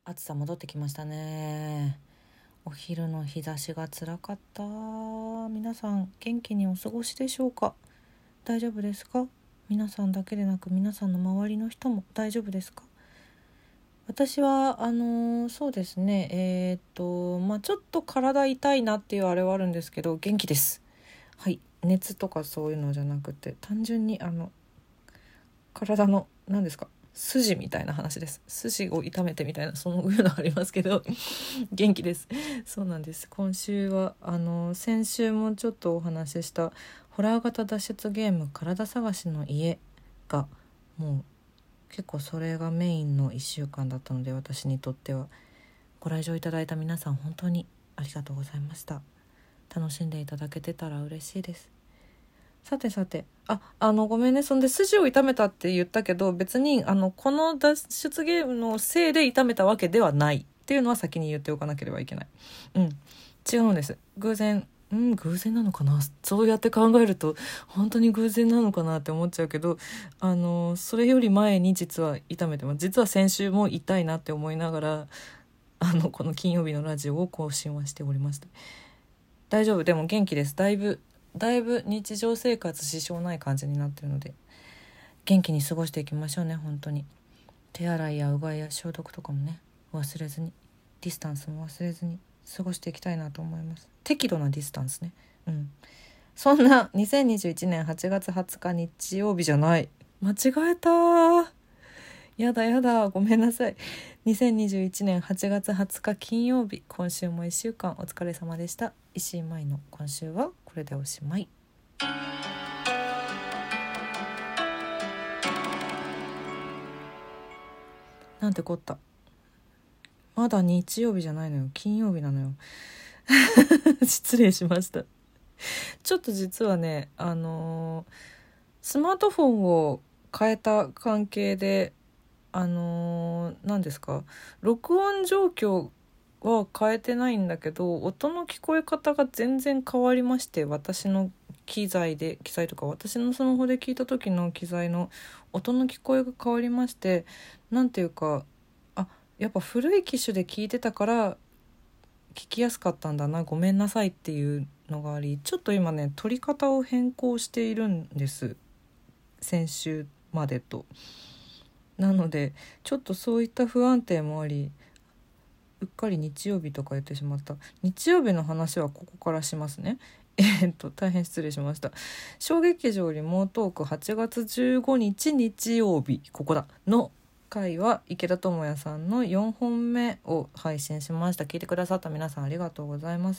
暑さ戻ってきましたね。お昼の日差しが辛かった。皆さん元気にお過ごしでしょうか。大丈夫ですか。皆さんだけでなく皆さんの周りの人も大丈夫ですか。私はそうですねちょっと体痛いなっていうあれはあるんですけど元気です。はい、熱とかそういうのじゃなくて単純に体の何ですか筋みたいな話です。筋を痛めてみたいなそういうのありますけど元気です。そうなんです。今週は先週もちょっとお話ししたホラー型脱出ゲーム体探しの家がもう結構それがメインの1週間だったので、私にとってはご来場いただいた皆さん本当にありがとうございました。楽しんでいただけてたら嬉しいです。さてごめんね。そんで筋を痛めたって言ったけど、別にこの脱出ゲームのせいで痛めたわけではないっていうのは先に言っておかなければいけない。違うんです。偶然なのかな。そうやって考えると本当に偶然なのかなって思っちゃうけど、それより前に実は痛めてます。実は先週も痛いなって思いながらこの金曜日のラジオを更新はしておりました。大丈夫、でも元気です。だいぶ日常生活支障ない感じになってるので元気に過ごしていきましょうね。本当に手洗いやうがいや消毒とかもね忘れずに、ディスタンスも忘れずに過ごしていきたいなと思います。適度なディスタンスね。そんな2021年8月20日日曜日じゃない、間違えた。やだごめんなさい。2021年8月20日金曜日、今週も1週間お疲れ様でした。石井舞の今週はこれでおしまい。なんてこった。まだ日曜日じゃないのよ、金曜日なのよ失礼しました。ちょっと実はねスマートフォンを変えた関係で何ですか、録音状況は変えてないんだけど音の聞こえ方が全然変わりまして、私の機材とか私のスマホで聞いた時の機材の音の聞こえが変わりまして、なんていうかやっぱ古い機種で聞いてたから聞きやすかったんだな、ごめんなさいっていうのがあり、ちょっと今ね撮り方を変更しているんです、先週までと。なのでちょっとそういった不安定もあり、うっかり日曜日とか言ってしまった。日曜日の話はここからしますね。大変失礼しました。小劇場リモートーク8月15日日曜日、ここだの回は池田智也さんの4本目を配信しました。聞いてくださった皆さんありがとうございます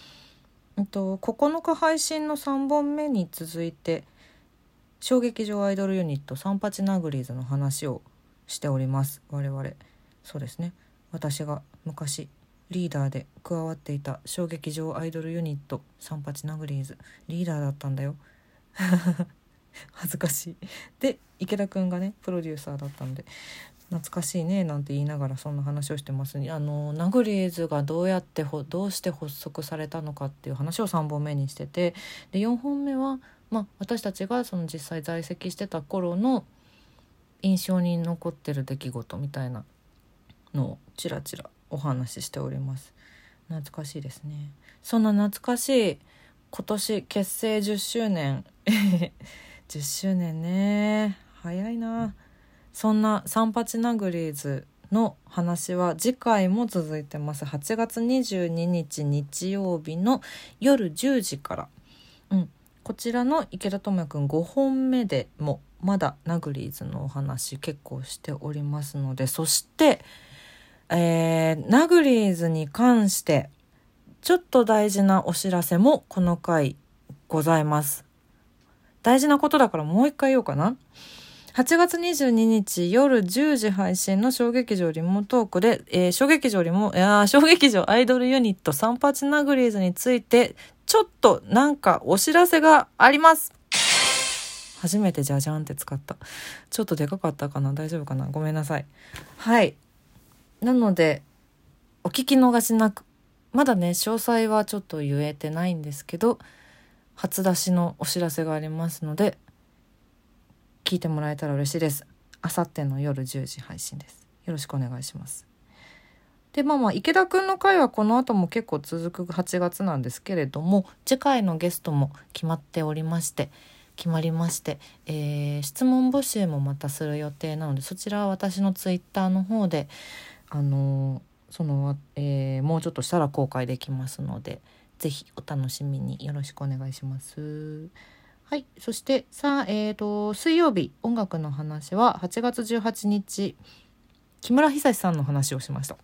。9日配信の3本目に続いて小劇場アイドルユニットサンパチナグリーズの話をしております。我々そうですね、私が昔リーダーで加わっていた小劇場アイドルユニットサンパチナグリーズ、リーダーだったんだよ恥ずかしい。で池田くんがねプロデューサーだったので懐かしいねなんて言いながらそんな話をしてますね。ナグリーズがどうして発足されたのかっていう話を3本目にしてて、で4本目は、私たちがその実際在籍してた頃の印象に残ってる出来事みたいなのをちらちらお話ししております。懐かしいですね。そんな懐かしい今年結成10周年10周年ね、早いな。そんなサンパチナグリーズの話は次回も続いてます。8月22日日曜日の夜10時から、こちらの池田智也くん5本目でもまだナグリーズのお話結構しておりますので、そしてナグリーズに関してちょっと大事なお知らせもこの回ございます。大事なことだからもう一回言おうかな。8月22日夜10時配信の小劇場リモートークで、小劇場アイドルユニットサンパチナグリーズについてちょっとなんかお知らせがあります。初めてじゃじゃんって使った。ちょっとでかかったかな、大丈夫かな、ごめんなさい。はい、なのでお聞き逃しなく。まだね詳細はちょっと言えてないんですけど、初出しのお知らせがありますので聞いてもらえたら嬉しいです。あさっての夜10時配信です。よろしくお願いします。 で池田くんの回はこの後も結構続く8月なんですけれども、次回のゲストも決まりまして、質問募集もまたする予定なので、そちらは私のツイッターの方でもうちょっとしたら公開できますので、ぜひお楽しみによろしくお願いします。はい、そして水曜日音楽の話は8月18日木村久志さんの話をしました。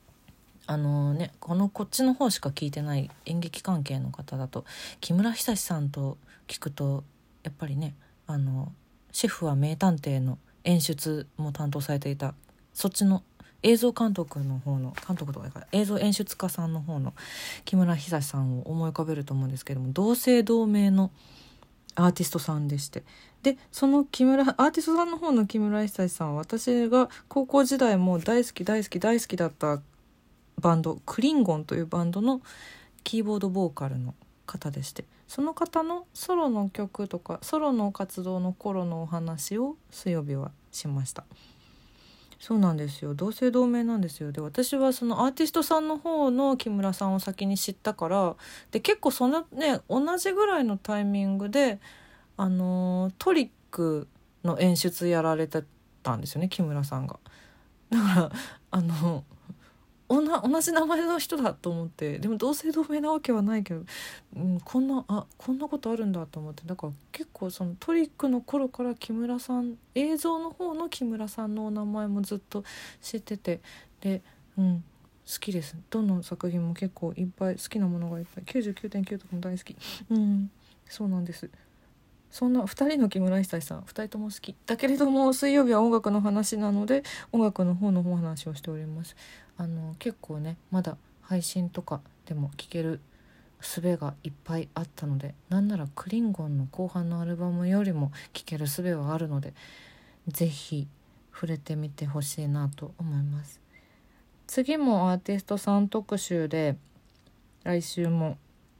こっちの方しか聞いてない演劇関係の方だと、木村久志さんと聞くとやっぱりね、シェフは名探偵の演出も担当されていた、そっちの映像監督とか映像演出家さんの方の木村久志さんを思い浮かべると思うんですけども、同姓同名のアーティストさんでして、でそのアーティストさんの方の木村久志さんは、私が高校時代も大好きだったバンドクリンゴンというバンドのキーボードボーカルの方でして、その方のソロの曲とかソロの活動の頃のお話を水曜日はしました。そうなんですよ、同姓同名なんですよ。で私はそのアーティストさんの方の木村さんを先に知ったから、で結構そのね同じぐらいのタイミングでトリックの演出やられてたんですよね、木村さんが。だから同じ名前の人だと思って、でも同姓同名なわけはないけど、こんなことあるんだと思って、だから結構そのトリックの頃から木村さん、映像の方の木村さんのお名前もずっと知ってて、で、好きです。どの作品も結構いっぱい好きなものがいっぱい、99.9 とかも大好き。そうなんです。そんな2人の木村久志さん、2人とも好きだけれども、水曜日は音楽の話なので音楽の方のお話をしております。結構ねまだ配信とかでも聴ける術がいっぱいあったので、なんならクリンゴンの後半のアルバムよりも聴ける術はあるので、ぜひ触れてみてほしいなと思います。次もアーティストさん特集で、来週も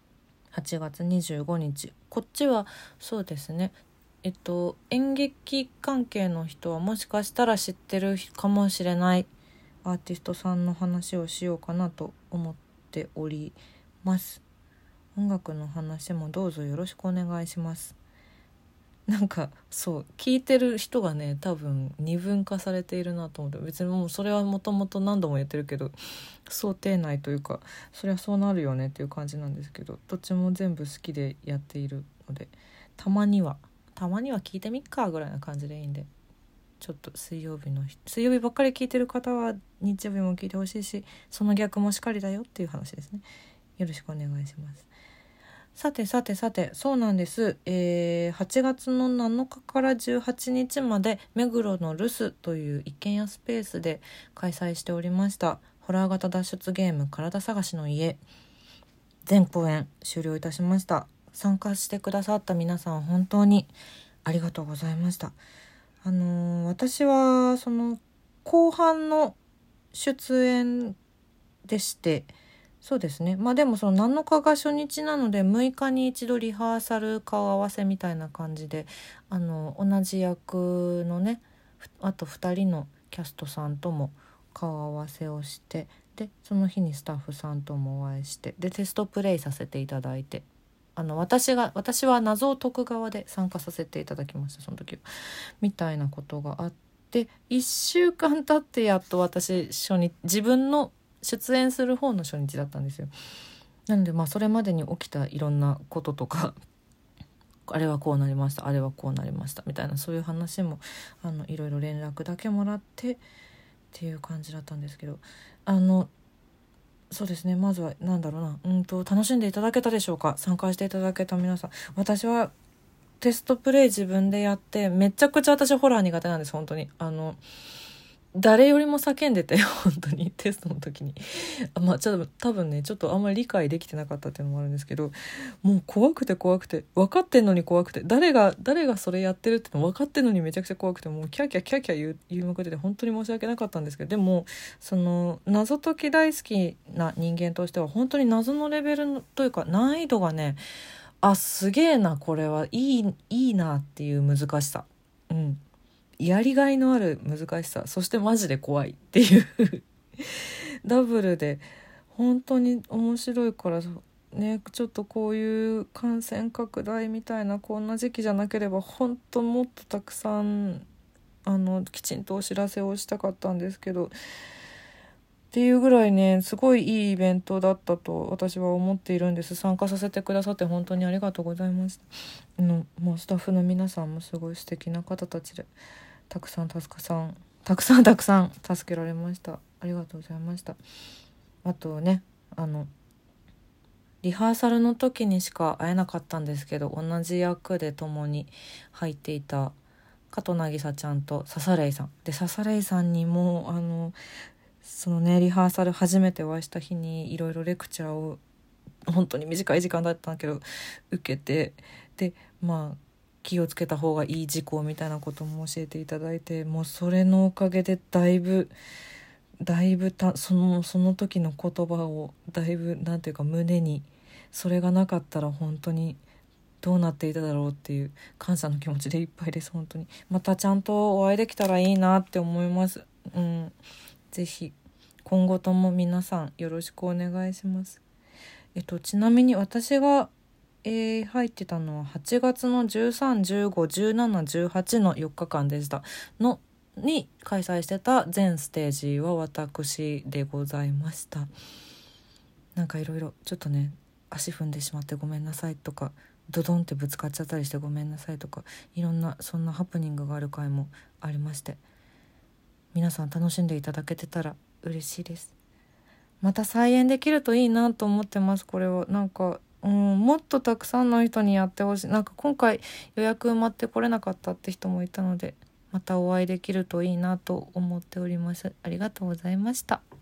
8月25日、こっちはそうですね、演劇関係の人はもしかしたら知ってるかもしれないアーティストさんの話をしようかなと思っております。音楽の話もどうぞよろしくお願いします。なんかそう聞いてる人がね多分二分化されているなと思って、別にもうそれはもともと何度も言ってるけど想定内というか、そりゃそうなるよねっていう感じなんですけど、どっちも全部好きでやっているので、たまには聞いてみっかぐらいな感じでいいんで、ちょっと水曜日ばっかり聞いてる方は日曜日も聞いてほしいし、その逆もしかりだよっていう話ですね。よろしくお願いします。さてそうなんです、8月の7日から18日まで目黒のルスという一軒家スペースで開催しておりましたホラー型脱出ゲーム体探しの家、全公演終了いたしました。参加してくださった皆さん本当にありがとうございました。私はその後半の出演でして、そうですね、でもその7日が初日なので6日に一度リハーサル顔合わせみたいな感じで、同じ役のねあと2人のキャストさんとも顔合わせをして、でその日にスタッフさんともお会いして、でテストプレイさせていただいて、私は謎を解く側で参加させていただきました、その時はみたいなことがあって、1週間経ってやっと私自分の出演する方の初日だったんですよ。なのでそれまでに起きたいろんなこととか、あれはこうなりました、あれはこうなりましたみたいな、そういう話もいろいろ連絡だけもらってっていう感じだったんですけど、そうですね、まずは楽しんでいただけたでしょうか。参加していただけた皆さん、私はテストプレイ自分でやってめちゃくちゃ私ホラー苦手なんです。本当に誰よりも叫んでて本当にテストの時にちょっと多分ねちょっとあんまり理解できてなかったっていうのもあるんですけど、もう怖くて分かってんのに怖くて、誰がそれやってるっての分かってんのにめちゃくちゃ怖くて、もうキャーキャー言いまくってて本当に申し訳なかったんですけど、でもその謎解き大好きな人間としては本当に謎のレベルというか難易度がね、すげえな、これはいいなっていう難しさ、やりがいのある難しさ、そしてマジで怖いっていうダブルで本当に面白いからね、ちょっとこういう感染拡大みたいなこんな時期じゃなければ本当もっとたくさんきちんとお知らせをしたかったんですけど、っていうぐらいねすごいいいイベントだったと私は思っているんです。参加させてくださって本当にありがとうございました。もうスタッフの皆さんもすごい素敵な方たちでたくさん助けられました。ありがとうございました。あとねリハーサルの時にしか会えなかったんですけど、同じ役で共に入っていた加藤渚ちゃんと笹レイさんで、笹レイさんにもそのねリハーサル初めてお会いした日にいろいろレクチャーを本当に短い時間だったんだけど受けて、で気をつけた方がいい事項みたいなことも教えていただいて、もうそれのおかげでだいぶその時の言葉をだいぶなんていうか胸に、それがなかったら本当にどうなっていただろうっていう感謝の気持ちでいっぱいです。本当にまたちゃんとお会いできたらいいなって思います。ぜひ今後とも皆さんよろしくお願いします。ちなみに私が、入ってたのは8月の13、15、17、18の4日間でしたに開催してた全ステージは私でございました。なんかいろいろちょっとね足踏んでしまってごめんなさいとか、ドドンってぶつかっちゃったりしてごめんなさいとか、いろんなそんなハプニングがある回もありまして、皆さん楽しんでいただけてたら嬉しいです。また再演できるといいなと思ってます。これはなんかもっとたくさんの人にやってほしい。なんか今回予約埋まってこれなかったって人もいたので、またお会いできるといいなと思っております。ありがとうございました。